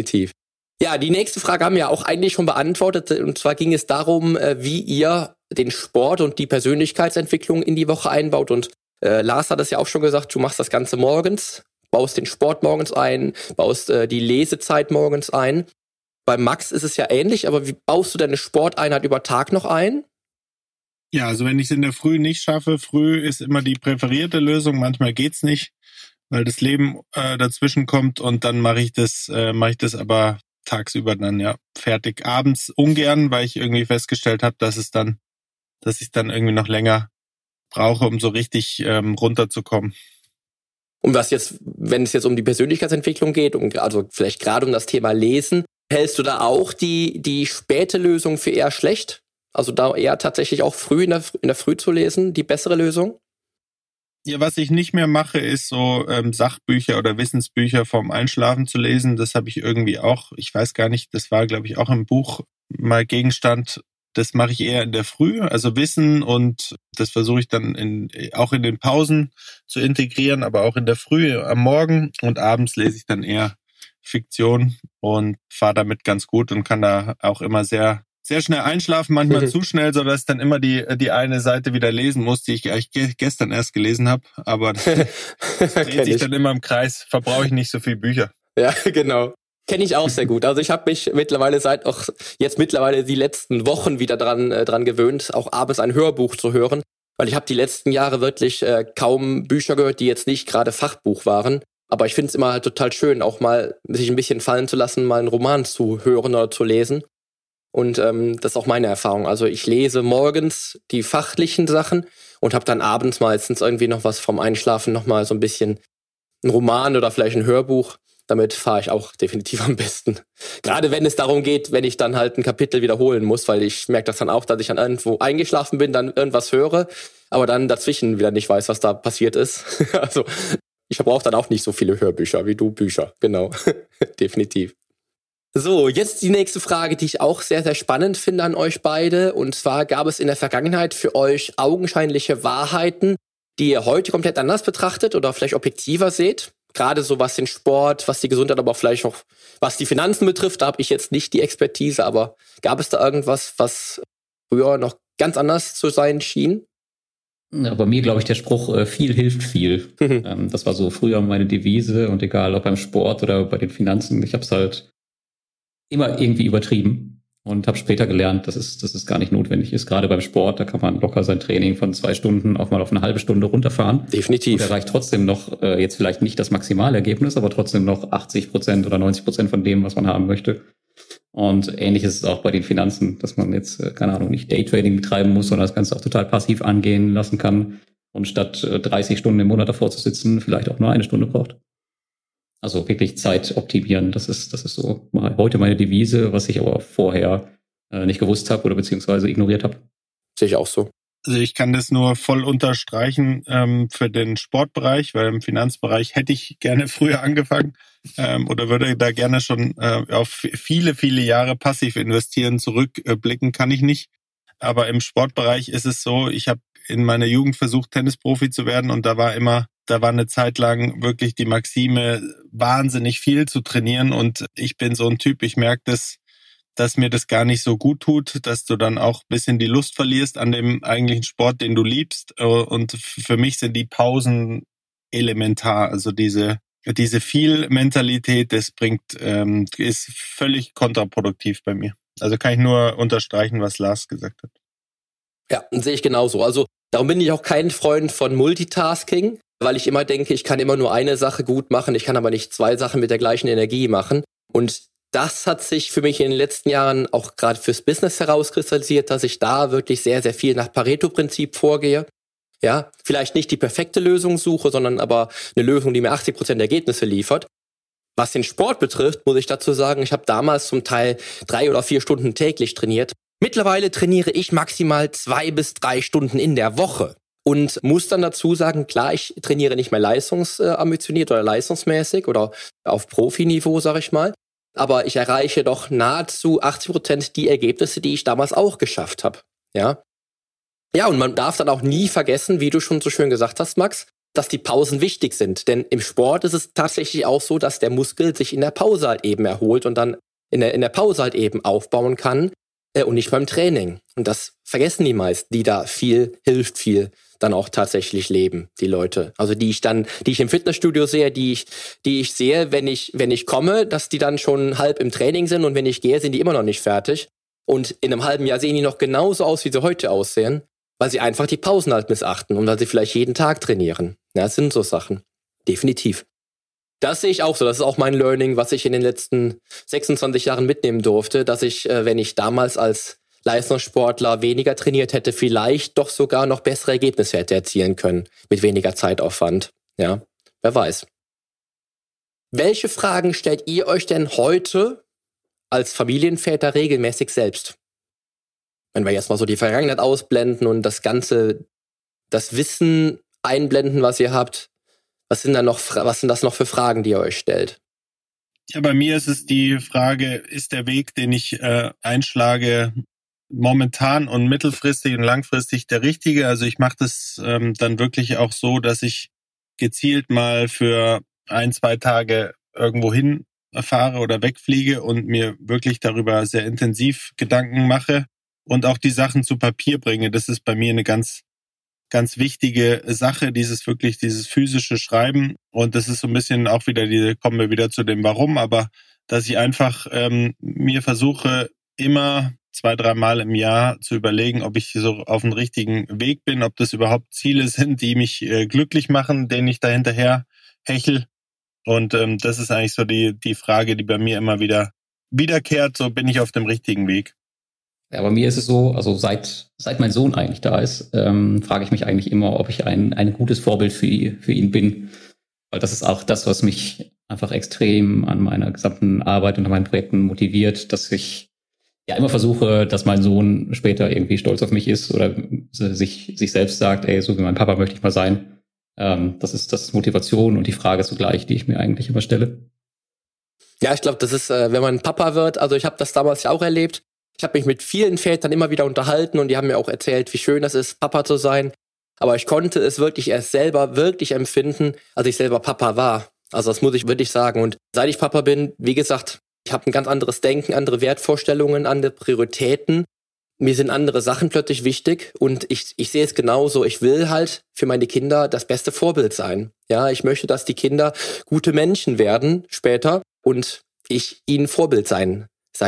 Ja, die nächste Frage haben wir auch eigentlich schon beantwortet. Und zwar ging es darum, wie ihr den Sport und die Persönlichkeitsentwicklung in die Woche einbaut. Und Lars hat es ja auch schon gesagt, du machst das Ganze morgens, baust den Sport morgens ein, baust die Lesezeit morgens ein. Bei Max ist es ja ähnlich, aber wie baust du deine Sporteinheit über Tag noch ein? Ja, also wenn ich es in der Früh nicht schaffe, früh ist immer die präferierte Lösung. Manchmal geht's nicht, weil das Leben dazwischen kommt und dann mache ich das aber tagsüber dann ja fertig. Abends ungern, weil ich irgendwie festgestellt habe, dass ich dann irgendwie noch länger brauche, um so richtig runterzukommen. Und wenn es jetzt um die Persönlichkeitsentwicklung geht, also vielleicht gerade um das Thema Lesen, hältst du da auch die späte Lösung für eher schlecht? Also da eher tatsächlich auch früh in der Früh zu lesen, die bessere Lösung? Ja, was ich nicht mehr mache, ist so Sachbücher oder Wissensbücher vorm Einschlafen zu lesen. Das habe ich irgendwie auch, ich weiß gar nicht, das war, glaube ich, auch im Buch mal Gegenstand Das mache ich eher in der Früh, also Wissen, und das versuche ich dann auch in den Pausen zu integrieren, aber auch in der Früh am Morgen, und abends lese ich dann eher Fiktion und fahre damit ganz gut und kann da auch immer sehr, sehr schnell einschlafen, manchmal zu schnell, sodass ich dann immer die eine Seite wieder lesen muss, die ich eigentlich gestern erst gelesen habe, aber das dreht sich dann immer im Kreis, verbrauche ich nicht so viel Bücher. Ja, genau. Kenne ich auch sehr gut. Also ich habe mich mittlerweile mittlerweile die letzten Wochen wieder dran gewöhnt, auch abends ein Hörbuch zu hören, weil ich habe die letzten Jahre wirklich kaum Bücher gehört, die jetzt nicht gerade Fachbuch waren. Aber ich finde es immer halt total schön, auch mal sich ein bisschen fallen zu lassen, mal einen Roman zu hören oder zu lesen. Und das ist auch meine Erfahrung. Also ich lese morgens die fachlichen Sachen und habe dann abends meistens irgendwie noch was vom Einschlafen, nochmal so ein bisschen ein Roman oder vielleicht ein Hörbuch. Damit fahre ich auch definitiv am besten. Gerade wenn es darum geht, wenn ich dann halt ein Kapitel wiederholen muss, weil ich merke das dann auch, dass ich dann irgendwo eingeschlafen bin, dann irgendwas höre, aber dann dazwischen wieder nicht weiß, was da passiert ist. Also ich brauche dann auch nicht so viele Hörbücher wie du Bücher. Genau, definitiv. So, jetzt die nächste Frage, die ich auch sehr, sehr spannend finde an euch beide. Und zwar gab es in der Vergangenheit für euch augenscheinliche Wahrheiten, die ihr heute komplett anders betrachtet oder vielleicht objektiver seht? Gerade so was den Sport, was die Gesundheit, aber auch vielleicht auch was die Finanzen betrifft, da habe ich jetzt nicht die Expertise, aber gab es da irgendwas, was früher noch ganz anders zu sein schien? Ja, bei mir glaube ich der Spruch, viel hilft viel. Das war so früher meine Devise, und egal ob beim Sport oder bei den Finanzen, ich habe es halt immer irgendwie übertrieben und habe später gelernt, dass es gar nicht notwendig ist. Gerade beim Sport, da kann man locker sein Training von 2 Stunden auch mal auf eine halbe Stunde runterfahren. Definitiv. Und erreicht trotzdem noch, jetzt vielleicht nicht das Maximalergebnis, aber trotzdem noch 80% oder 90% von dem, was man haben möchte. Und ähnlich ist es auch bei den Finanzen, dass man jetzt, keine Ahnung, nicht Daytrading betreiben muss, sondern das Ganze auch total passiv angehen lassen kann und statt 30 Stunden im Monat davor zu sitzen, vielleicht auch nur 1 Stunde braucht. Also wirklich Zeit optimieren, das ist so heute meine Devise, was ich aber vorher nicht gewusst habe oder beziehungsweise ignoriert habe. Sehe ich auch so. Also ich kann das nur voll unterstreichen für den Sportbereich, weil im Finanzbereich hätte ich gerne früher angefangen oder würde da gerne schon auf viele, viele Jahre passiv investieren, zurückblicken kann ich nicht. Aber im Sportbereich ist es so, ich habe in meiner Jugend versucht, Tennisprofi zu werden, und da war eine Zeit lang wirklich die Maxime, wahnsinnig viel zu trainieren, und ich bin so ein Typ, ich merke dass mir das gar nicht so gut tut, dass du dann auch ein bisschen die Lust verlierst an dem eigentlichen Sport, den du liebst, und für mich sind die Pausen elementar, also diese Viel-Mentalität, das ist völlig kontraproduktiv bei mir. Also kann ich nur unterstreichen, was Lars gesagt hat. Ja, sehe ich genauso. Also darum bin ich auch kein Freund von Multitasking, weil ich immer denke, ich kann immer nur eine Sache gut machen, ich kann aber nicht 2 Sachen mit der gleichen Energie machen. Und das hat sich für mich in den letzten Jahren auch gerade fürs Business herauskristallisiert, dass ich da wirklich sehr, sehr viel nach Pareto-Prinzip vorgehe. Ja, vielleicht nicht die perfekte Lösung suche, sondern aber eine Lösung, die mir 80% der Ergebnisse liefert. Was den Sport betrifft, muss ich dazu sagen, ich habe damals zum Teil 3 oder 4 Stunden täglich trainiert. Mittlerweile trainiere ich maximal 2 bis 3 Stunden in der Woche. Und muss dann dazu sagen, klar, ich trainiere nicht mehr leistungsambitioniert oder leistungsmäßig oder auf Profiniveau, sag ich mal. Aber ich erreiche doch nahezu 80% die Ergebnisse, die ich damals auch geschafft habe. Ja. Ja, und man darf dann auch nie vergessen, wie du schon so schön gesagt hast, Max, dass die Pausen wichtig sind. Denn im Sport ist es tatsächlich auch so, dass der Muskel sich in der Pause halt eben erholt und dann in der Pause halt eben aufbauen kann und nicht beim Training. Und das vergessen die meisten, die da hilft viel, dann auch tatsächlich leben, die Leute. Also die ich im Fitnessstudio sehe, die ich sehe, wenn ich komme, dass die dann schon halb im Training sind, und wenn ich gehe, sind die immer noch nicht fertig. Und in einem halben Jahr sehen die noch genauso aus, wie sie heute aussehen, weil sie einfach die Pausen halt missachten und weil sie vielleicht jeden Tag trainieren. Ja, das sind so Sachen. Definitiv. Das sehe ich auch so. Das ist auch mein Learning, was ich in den letzten 26 Jahren mitnehmen durfte, dass ich, wenn ich damals als Leistungssportler weniger trainiert hätte, vielleicht doch sogar noch bessere Ergebnisse hätte erzielen können, mit weniger Zeitaufwand. Ja, wer weiß. Welche Fragen stellt ihr euch denn heute als Familienväter regelmäßig selbst? Wenn wir jetzt mal so die Vergangenheit ausblenden und das Wissen einblenden, was ihr habt, was sind das noch für Fragen, die ihr euch stellt? Ja, bei mir ist es die Frage, ist der Weg, den ich einschlage, momentan und mittelfristig und langfristig der richtige. Also ich mache das dann wirklich auch so, dass ich gezielt mal für 1-2 Tage irgendwo hin fahre oder wegfliege und mir wirklich darüber sehr intensiv Gedanken mache und auch die Sachen zu Papier bringe. Das ist bei mir eine ganz, ganz wichtige Sache, dieses physische Schreiben. Und das ist so ein bisschen auch wieder kommen wir wieder zu dem Warum, aber dass ich einfach mir versuche, immer 2-3 Mal im Jahr zu überlegen, ob ich so auf dem richtigen Weg bin, ob das überhaupt Ziele sind, die mich glücklich machen, denen ich da hinterher hechel. Und das ist eigentlich so die Frage, die bei mir immer wieder wiederkehrt, so bin ich auf dem richtigen Weg. Ja, bei mir ist es so, also seit mein Sohn eigentlich da ist, frage ich mich eigentlich immer, ob ich ein gutes Vorbild für ihn bin. Weil das ist auch das, was mich einfach extrem an meiner gesamten Arbeit und an meinen Projekten motiviert, dass ich ja immer versuche, dass mein Sohn später irgendwie stolz auf mich ist oder sich selbst sagt, ey, so wie mein Papa möchte ich mal sein. Das ist Motivation und die Frage zugleich, die ich mir eigentlich immer stelle. Ja, ich glaube, das ist, wenn man Papa wird, also ich habe das damals ja auch erlebt. Ich habe mich mit vielen Vätern immer wieder unterhalten und die haben mir auch erzählt, wie schön das ist, Papa zu sein. Aber ich konnte es wirklich erst selber wirklich empfinden, als ich selber Papa war. Also das muss ich wirklich sagen. Und seit ich Papa bin, wie gesagt, ich habe ein ganz anderes Denken, andere Wertvorstellungen, andere Prioritäten. Mir sind andere Sachen plötzlich wichtig und ich sehe es genauso. Ich will halt für meine Kinder das beste Vorbild sein. Ja, ich möchte, dass die Kinder gute Menschen werden später und ich ihnen Vorbild sein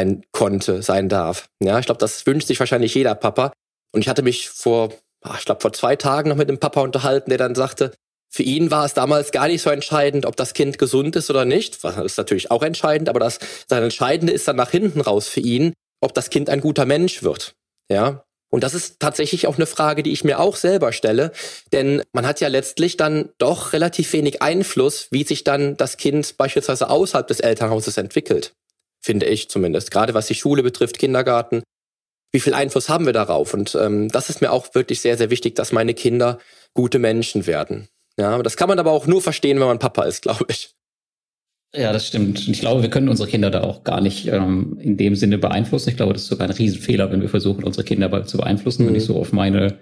darf. Ja, ich glaube, das wünscht sich wahrscheinlich jeder Papa. Und ich hatte mich vor 2 Tagen noch mit dem Papa unterhalten, der dann sagte, für ihn war es damals gar nicht so entscheidend, ob das Kind gesund ist oder nicht. Das ist natürlich auch entscheidend, aber das Entscheidende ist dann nach hinten raus für ihn, ob das Kind ein guter Mensch wird. Ja. Und das ist tatsächlich auch eine Frage, die ich mir auch selber stelle. Denn man hat ja letztlich dann doch relativ wenig Einfluss, wie sich dann das Kind beispielsweise außerhalb des Elternhauses entwickelt. Finde ich zumindest. Gerade was die Schule betrifft, Kindergarten. Wie viel Einfluss haben wir darauf? Und das ist mir auch wirklich sehr, sehr wichtig, dass meine Kinder gute Menschen werden. Ja, das kann man aber auch nur verstehen, wenn man Papa ist, glaube ich. Ja, das stimmt. Und ich glaube, wir können unsere Kinder da auch gar nicht in dem Sinne beeinflussen. Ich glaube, das ist sogar ein Riesenfehler, wenn wir versuchen, unsere Kinder zu beeinflussen. Wenn ich so auf meine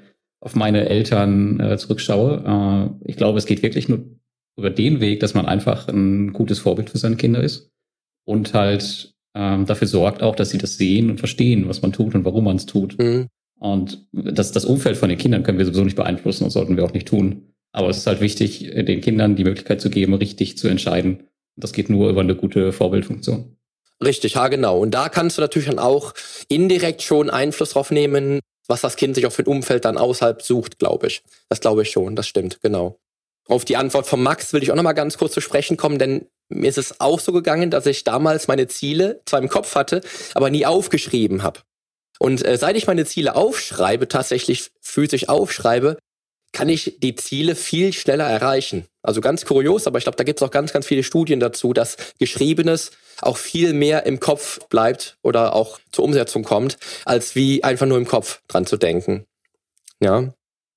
Eltern zurückschaue. Ich glaube, es geht wirklich nur über den Weg, dass man einfach ein gutes Vorbild für seine Kinder ist und halt dafür sorgt auch, dass sie das sehen und verstehen, was man tut und warum man es tut. Mhm. Und das Umfeld von den Kindern können wir sowieso nicht beeinflussen und sollten wir auch nicht tun. Aber es ist halt wichtig, den Kindern die Möglichkeit zu geben, richtig zu entscheiden. Das geht nur über eine gute Vorbildfunktion. Richtig, ja genau. Und da kannst du natürlich dann auch indirekt schon Einfluss drauf nehmen, was das Kind sich auch für ein Umfeld dann außerhalb sucht, glaube ich. Das glaube ich schon, das stimmt, genau. Auf die Antwort von Max will ich auch noch mal ganz kurz zu sprechen kommen, denn mir ist es auch so gegangen, dass ich damals meine Ziele zwar im Kopf hatte, aber nie aufgeschrieben habe. Und seit ich meine Ziele aufschreibe, tatsächlich physisch aufschreibe, kann ich die Ziele viel schneller erreichen. Also ganz kurios, aber ich glaube, da gibt es auch ganz, ganz viele Studien dazu, dass Geschriebenes auch viel mehr im Kopf bleibt oder auch zur Umsetzung kommt, als wie einfach nur im Kopf dran zu denken. Ja.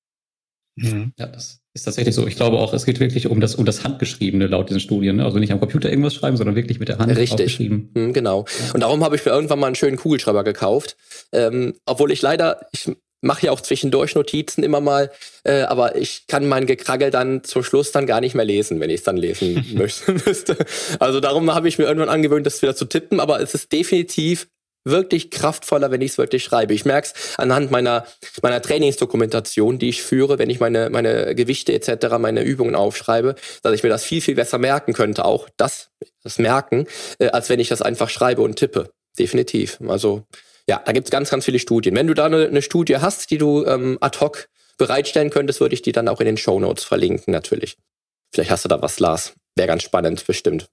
Mhm. Ja, das ist tatsächlich so. Ich glaube auch, es geht wirklich um das Handgeschriebene laut diesen Studien. Also nicht am Computer irgendwas schreiben, sondern wirklich mit der Hand aufgeschrieben. Genau. Und darum habe ich mir irgendwann mal einen schönen Kugelschreiber gekauft. Obwohl ich mache ja auch zwischendurch Notizen immer mal, aber ich kann mein Gekraggel dann zum Schluss dann gar nicht mehr lesen, wenn ich es dann lesen müsste. Also darum habe ich mir irgendwann angewöhnt, das wieder zu tippen, aber es ist definitiv wirklich kraftvoller, wenn ich es wirklich schreibe. Ich merke es anhand meiner Trainingsdokumentation, die ich führe, wenn ich meine Gewichte etc., meine Übungen aufschreibe, dass ich mir das viel, viel besser merken könnte, auch das Merken, als wenn ich das einfach schreibe und tippe. Definitiv. Also ja, da gibt es ganz, ganz viele Studien. Wenn du da eine Studie hast, die du ad hoc bereitstellen könntest, würde ich die dann auch in den Shownotes verlinken, natürlich. Vielleicht hast du da was, Lars. Wäre ganz spannend, bestimmt.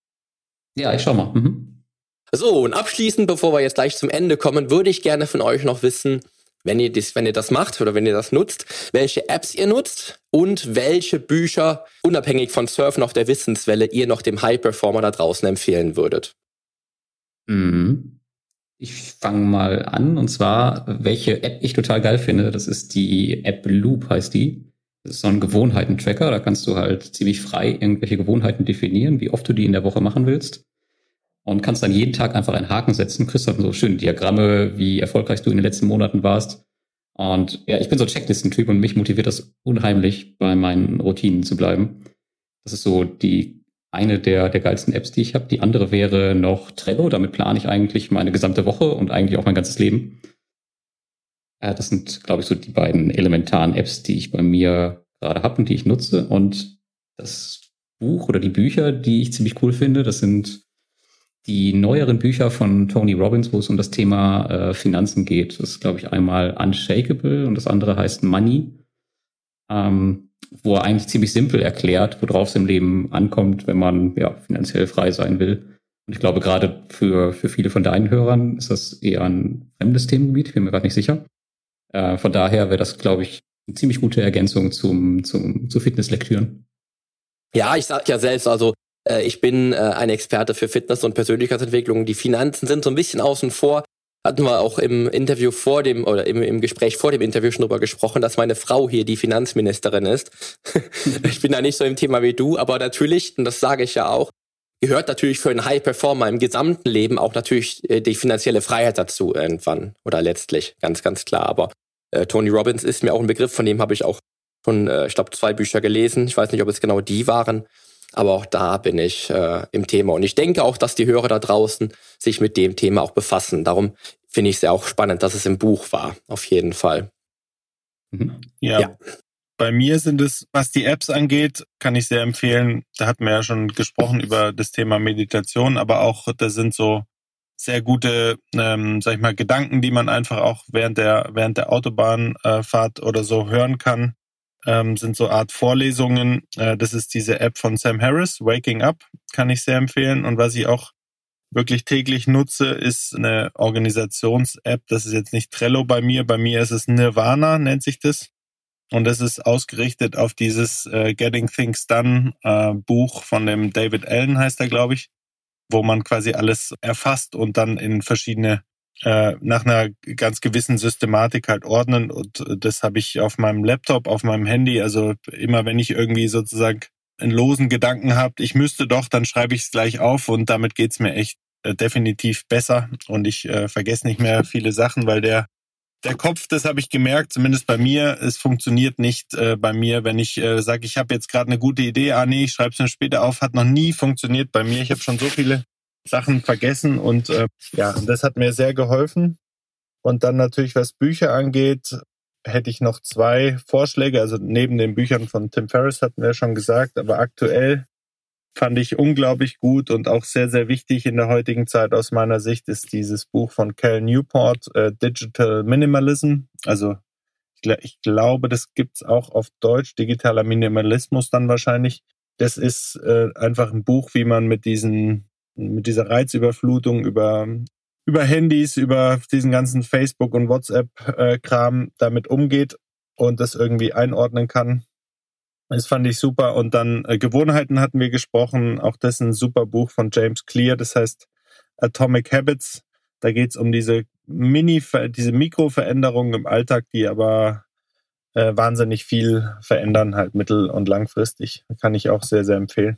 Ja, ich schau mal. Mhm. So, und abschließend, bevor wir jetzt gleich zum Ende kommen, würde ich gerne von euch noch wissen, wenn ihr das macht oder wenn ihr das nutzt, welche Apps ihr nutzt und welche Bücher, unabhängig von Surfen auf der Wissenswelle, ihr noch dem High-Performer da draußen empfehlen würdet. Mhm. Ich fange mal an, und zwar, welche App ich total geil finde, das ist die App Loop, heißt die. Das ist so ein Gewohnheiten-Tracker, da kannst du halt ziemlich frei irgendwelche Gewohnheiten definieren, wie oft du die in der Woche machen willst. und kannst dann jeden Tag einfach einen Haken setzen, kriegst dann so schöne Diagramme, wie erfolgreich du in den letzten Monaten warst. Und ja, ich bin so ein Checklistentyp und mich motiviert das unheimlich, bei meinen Routinen zu bleiben. Das ist so eine der geilsten Apps, die ich habe. Die andere wäre noch Trello. Damit plane ich eigentlich meine gesamte Woche und eigentlich auch mein ganzes Leben. Das sind, glaube ich, so die beiden elementaren Apps, die ich bei mir gerade habe und die ich nutze. Und das Buch oder die Bücher, die ich ziemlich cool finde, das sind die neueren Bücher von Tony Robbins, wo es um das Thema Finanzen geht. Das ist, glaube ich, einmal Unshakeable und das andere heißt Money, wo er eigentlich ziemlich simpel erklärt, worauf es im Leben ankommt, wenn man finanziell frei sein will. Und ich glaube, gerade für viele von deinen Hörern ist das eher ein fremdes Themengebiet, bin mir gerade nicht sicher. Von daher wäre das, glaube ich, eine ziemlich gute Ergänzung zu Fitnesslektüren. Ja, ich sag ja selbst, also ich bin ein Experte für Fitness und Persönlichkeitsentwicklung. Die Finanzen sind so ein bisschen außen vor. Hatten wir auch im Interview im Gespräch vor dem Interview schon drüber gesprochen, dass meine Frau hier die Finanzministerin ist. Ich bin da nicht so im Thema wie du, aber natürlich, und das sage ich ja auch, gehört natürlich für einen High-Performer im gesamten Leben auch natürlich die finanzielle Freiheit dazu irgendwann oder letztlich, ganz, ganz klar. Aber Tony Robbins ist mir auch ein Begriff, von dem habe ich auch schon, ich glaube, 2 Bücher gelesen. Ich weiß nicht, ob es genau die waren, aber auch da bin ich im Thema. Und ich denke auch, dass die Hörer da draußen sich mit dem Thema auch befassen. Darum finde ich es ja auch spannend, dass es im Buch war, auf jeden Fall. Ja. Bei mir sind es, was die Apps angeht, kann ich sehr empfehlen. Da hatten wir ja schon gesprochen über das Thema Meditation, aber auch da sind so sehr gute, sag ich mal, Gedanken, die man einfach auch während der Autobahnfahrt oder so hören kann. Sind so Art Vorlesungen. Das ist diese App von Sam Harris, Waking Up, kann ich sehr empfehlen. Und was ich auch wirklich täglich nutze, ist eine Organisations-App. Das ist jetzt nicht Trello bei mir. Bei mir ist es Nirvana, nennt sich das. Und das ist ausgerichtet auf dieses Getting Things Done Buch von dem David Allen, heißt er, glaube ich, wo man quasi alles erfasst und dann in verschiedene nach einer ganz gewissen Systematik halt ordnen. Und das habe ich auf meinem Laptop, auf meinem Handy. Also immer, wenn ich irgendwie sozusagen einen losen Gedanken habe, ich müsste doch, dann schreibe ich es gleich auf und damit geht's mir echt definitiv besser. Und ich vergesse nicht mehr viele Sachen, weil der Kopf, das habe ich gemerkt, zumindest bei mir, es funktioniert nicht bei mir, wenn ich sage, ich habe jetzt gerade eine gute Idee, nee, ich schreibe es mir später auf, hat noch nie funktioniert bei mir. Ich habe schon so viele Sachen vergessen und das hat mir sehr geholfen. Und dann natürlich, was Bücher angeht, hätte ich noch 2 Vorschläge. Also neben den Büchern von Tim Ferriss hatten wir schon gesagt, aber aktuell fand ich unglaublich gut und auch sehr, sehr wichtig in der heutigen Zeit aus meiner Sicht ist dieses Buch von Cal Newport, Digital Minimalism. Also ich glaube, das gibt's auch auf Deutsch, digitaler Minimalismus dann wahrscheinlich. Das ist einfach ein Buch, wie man mit dieser Reizüberflutung über Handys, über diesen ganzen Facebook- und WhatsApp-Kram damit umgeht und das irgendwie einordnen kann. Das fand ich super. Und dann Gewohnheiten hatten wir gesprochen. Auch das ist ein super Buch von James Clear. Das heißt Atomic Habits. Da geht's um diese Mikroveränderungen im Alltag, die aber wahnsinnig viel verändern, halt mittel- und langfristig. Kann ich auch sehr, sehr empfehlen.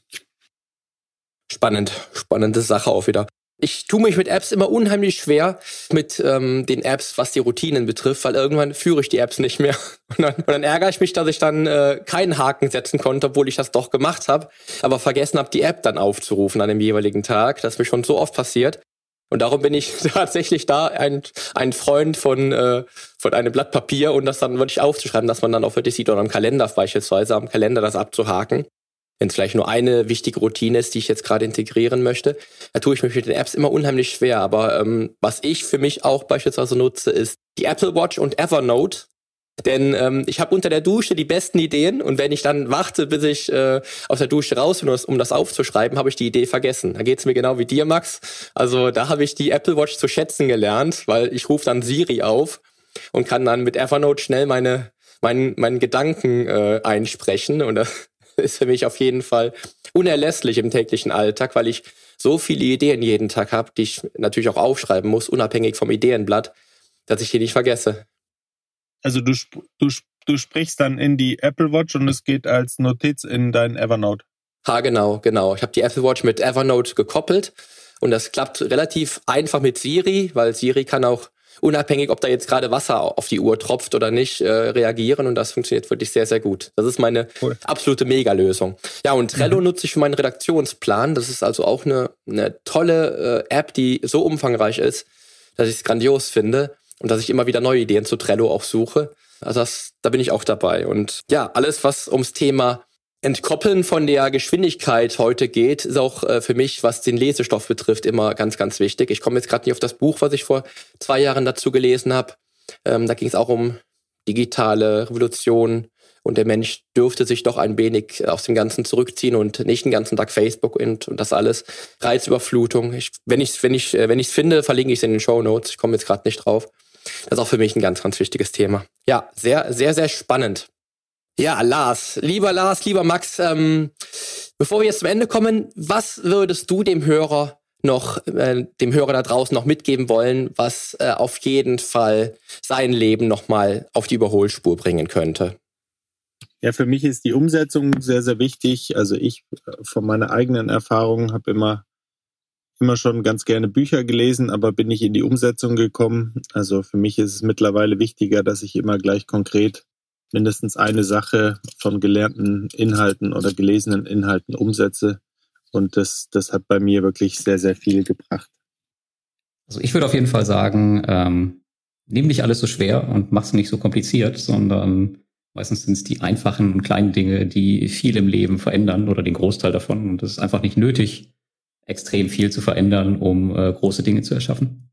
Spannende Sache auch wieder. Ich tue mich mit Apps immer unheimlich schwer mit den Apps, was die Routinen betrifft, weil irgendwann führe ich die Apps nicht mehr. Und dann ärgere ich mich, dass ich dann keinen Haken setzen konnte, obwohl ich das doch gemacht habe, aber vergessen habe, die App dann aufzurufen an dem jeweiligen Tag. Das ist mir schon so oft passiert. Und darum bin ich tatsächlich da ein Freund von einem Blatt Papier und das dann wirklich aufzuschreiben, dass man dann auch wirklich sieht, oder am Kalender beispielsweise, am Kalender das abzuhaken. Wenn es vielleicht nur eine wichtige Routine ist, die ich jetzt gerade integrieren möchte, da tue ich mich mit den Apps immer unheimlich schwer. Aber was ich für mich auch beispielsweise nutze, ist die Apple Watch und Evernote. Denn ich habe unter der Dusche die besten Ideen und wenn ich dann warte, bis ich aus der Dusche raus bin, um das aufzuschreiben, habe ich die Idee vergessen. Da geht's mir genau wie dir, Max. Also da habe ich die Apple Watch zu schätzen gelernt, weil ich rufe dann Siri auf und kann dann mit Evernote schnell meinen Gedanken einsprechen. Und das ist für mich auf jeden Fall unerlässlich im täglichen Alltag, weil ich so viele Ideen jeden Tag habe, die ich natürlich auch aufschreiben muss, unabhängig vom Ideenblatt, dass ich die nicht vergesse. Also du sprichst dann in die Apple Watch und es geht als Notiz in dein Evernote. Genau. Ich habe die Apple Watch mit Evernote gekoppelt Und das klappt relativ einfach mit Siri, weil Siri kann auch unabhängig, ob da jetzt gerade Wasser auf die Uhr tropft oder nicht, reagieren. Und das funktioniert wirklich sehr, sehr gut. Das ist meine absolute Mega-Lösung. Ja, und Trello nutze ich für meinen Redaktionsplan. Das ist also auch eine tolle App, die so umfangreich ist, dass ich es grandios finde und dass ich immer wieder neue Ideen zu Trello auch suche. Also da bin ich auch dabei. Und ja, alles, was ums Thema Entkoppeln von der Geschwindigkeit heute geht, ist auch für mich, was den Lesestoff betrifft, immer ganz, ganz wichtig. Ich komme jetzt gerade nicht auf das Buch, was ich vor 2 Jahren dazu gelesen habe. Da ging es auch um digitale Revolution und der Mensch dürfte sich doch ein wenig aus dem Ganzen zurückziehen und nicht den ganzen Tag Facebook und das alles. Reizüberflutung. Wenn ich es finde, verlinke ich es in den Shownotes. Ich komme jetzt gerade nicht drauf. Das ist auch für mich ein ganz, ganz wichtiges Thema. Ja, sehr, sehr, sehr spannend. Ja, lieber Max, bevor wir jetzt zum Ende kommen, was würdest du dem Hörer da draußen noch mitgeben wollen, was auf jeden Fall sein Leben nochmal auf die Überholspur bringen könnte? Ja, für mich ist die Umsetzung sehr, sehr wichtig. Also ich von meiner eigenen Erfahrung habe immer schon ganz gerne Bücher gelesen, aber bin nicht in die Umsetzung gekommen. Also für mich ist es mittlerweile wichtiger, dass ich immer gleich konkret mindestens eine Sache von gelernten Inhalten oder gelesenen Inhalten umsetze. Und das hat bei mir wirklich sehr, sehr viel gebracht. Also ich würde auf jeden Fall sagen, nimm nicht alles so schwer und mach's nicht so kompliziert, sondern meistens sind es die einfachen und kleinen Dinge, die viel im Leben verändern oder den Großteil davon. Und es ist einfach nicht nötig, extrem viel zu verändern, um große Dinge zu erschaffen.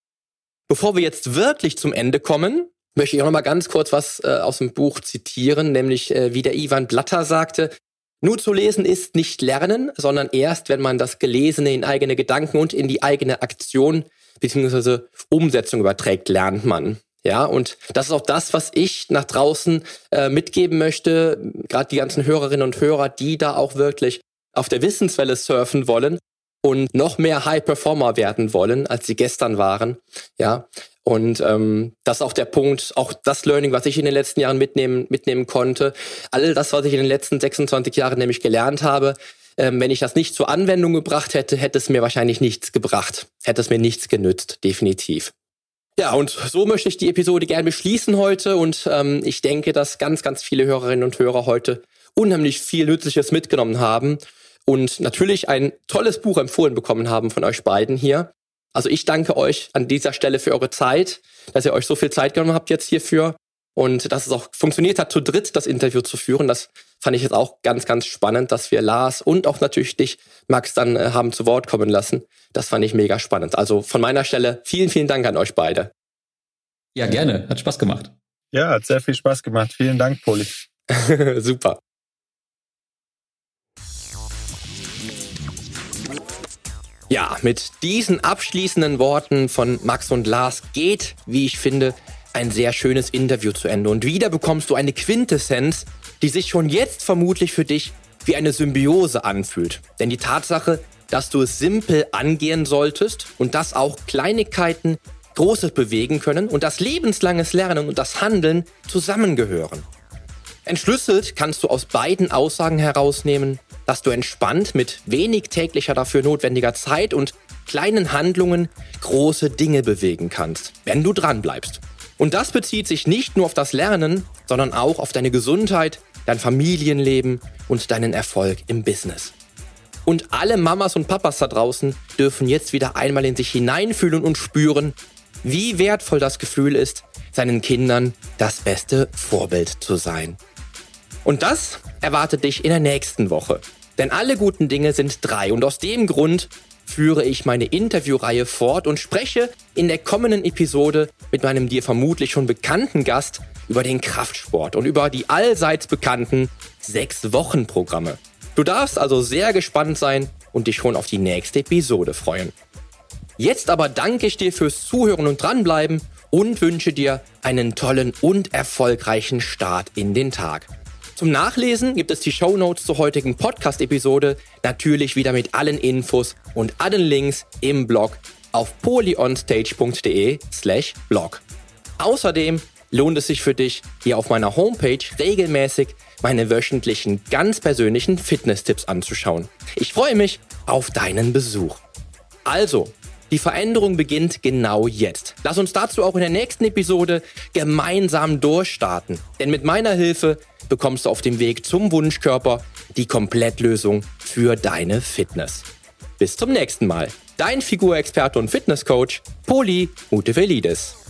Bevor wir jetzt wirklich zum Ende kommen, möchte ich auch noch mal ganz kurz was aus dem Buch zitieren, nämlich wie der Ivan Blatter sagte: Nur zu lesen ist nicht lernen, sondern erst, wenn man das Gelesene in eigene Gedanken und in die eigene Aktion bzw. Umsetzung überträgt, lernt man. Ja, und das ist auch das, was ich nach draußen mitgeben möchte, gerade die ganzen Hörerinnen und Hörer, die da auch wirklich auf der Wissenswelle surfen wollen und noch mehr High-Performer werden wollen, als sie gestern waren. Ja, und das ist auch der Punkt, auch das Learning, was ich in den letzten Jahren mitnehmen konnte. All das, was ich in den letzten 26 Jahren nämlich gelernt habe, wenn ich das nicht zur Anwendung gebracht hätte, hätte es mir wahrscheinlich nichts gebracht. Hätte es mir nichts genützt, definitiv. Ja, und so möchte ich die Episode gerne beschließen heute. Und ich denke, dass ganz, ganz viele Hörerinnen und Hörer heute unheimlich viel Nützliches mitgenommen haben und natürlich ein tolles Buch empfohlen bekommen haben von euch beiden hier. Also ich danke euch an dieser Stelle für eure Zeit, dass ihr euch so viel Zeit genommen habt jetzt hierfür und dass es auch funktioniert hat, zu dritt das Interview zu führen. Das fand ich jetzt auch ganz, ganz spannend, dass wir Lars und auch natürlich dich, Max, dann haben zu Wort kommen lassen. Das fand ich mega spannend. Also von meiner Stelle vielen, vielen Dank an euch beide. Ja, gerne. Hat Spaß gemacht. Ja, hat sehr viel Spaß gemacht. Vielen Dank, Poli. Super. Ja, mit diesen abschließenden Worten von Max und Lars geht, wie ich finde, ein sehr schönes Interview zu Ende. Und wieder bekommst du eine Quintessenz, die sich schon jetzt vermutlich für dich wie eine Symbiose anfühlt. Denn die Tatsache, dass du es simpel angehen solltest und dass auch Kleinigkeiten Großes bewegen können und dass lebenslanges Lernen und das Handeln zusammengehören. Entschlüsselt kannst du aus beiden Aussagen herausnehmen, dass du entspannt mit wenig täglicher dafür notwendiger Zeit und kleinen Handlungen große Dinge bewegen kannst, wenn du dranbleibst. Und das bezieht sich nicht nur auf das Lernen, sondern auch auf deine Gesundheit, dein Familienleben und deinen Erfolg im Business. Und alle Mamas und Papas da draußen dürfen jetzt wieder einmal in sich hineinfühlen und spüren, wie wertvoll das Gefühl ist, seinen Kindern das beste Vorbild zu sein. Und das erwartet dich in der nächsten Woche. Denn alle guten Dinge sind 3 und aus dem Grund führe ich meine Interviewreihe fort und spreche in der kommenden Episode mit meinem dir vermutlich schon bekannten Gast über den Kraftsport und über die allseits bekannten 6-Wochen-Programme. Du darfst also sehr gespannt sein und dich schon auf die nächste Episode freuen. Jetzt aber danke ich dir fürs Zuhören und Dranbleiben und wünsche dir einen tollen und erfolgreichen Start in den Tag. Zum Nachlesen gibt es die Shownotes zur heutigen Podcast-Episode, natürlich wieder mit allen Infos und allen Links im Blog auf polyonstage.de/blog. Außerdem lohnt es sich für dich, hier auf meiner Homepage regelmäßig meine wöchentlichen, ganz persönlichen Fitness-Tipps anzuschauen. Ich freue mich auf deinen Besuch. Also, die Veränderung beginnt genau jetzt. Lass uns dazu auch in der nächsten Episode gemeinsam durchstarten. Denn mit meiner Hilfe bekommst du auf dem Weg zum Wunschkörper die Komplettlösung für deine Fitness. Bis zum nächsten Mal. Dein Figurexperte und Fitnesscoach, Poli Mutevelidis.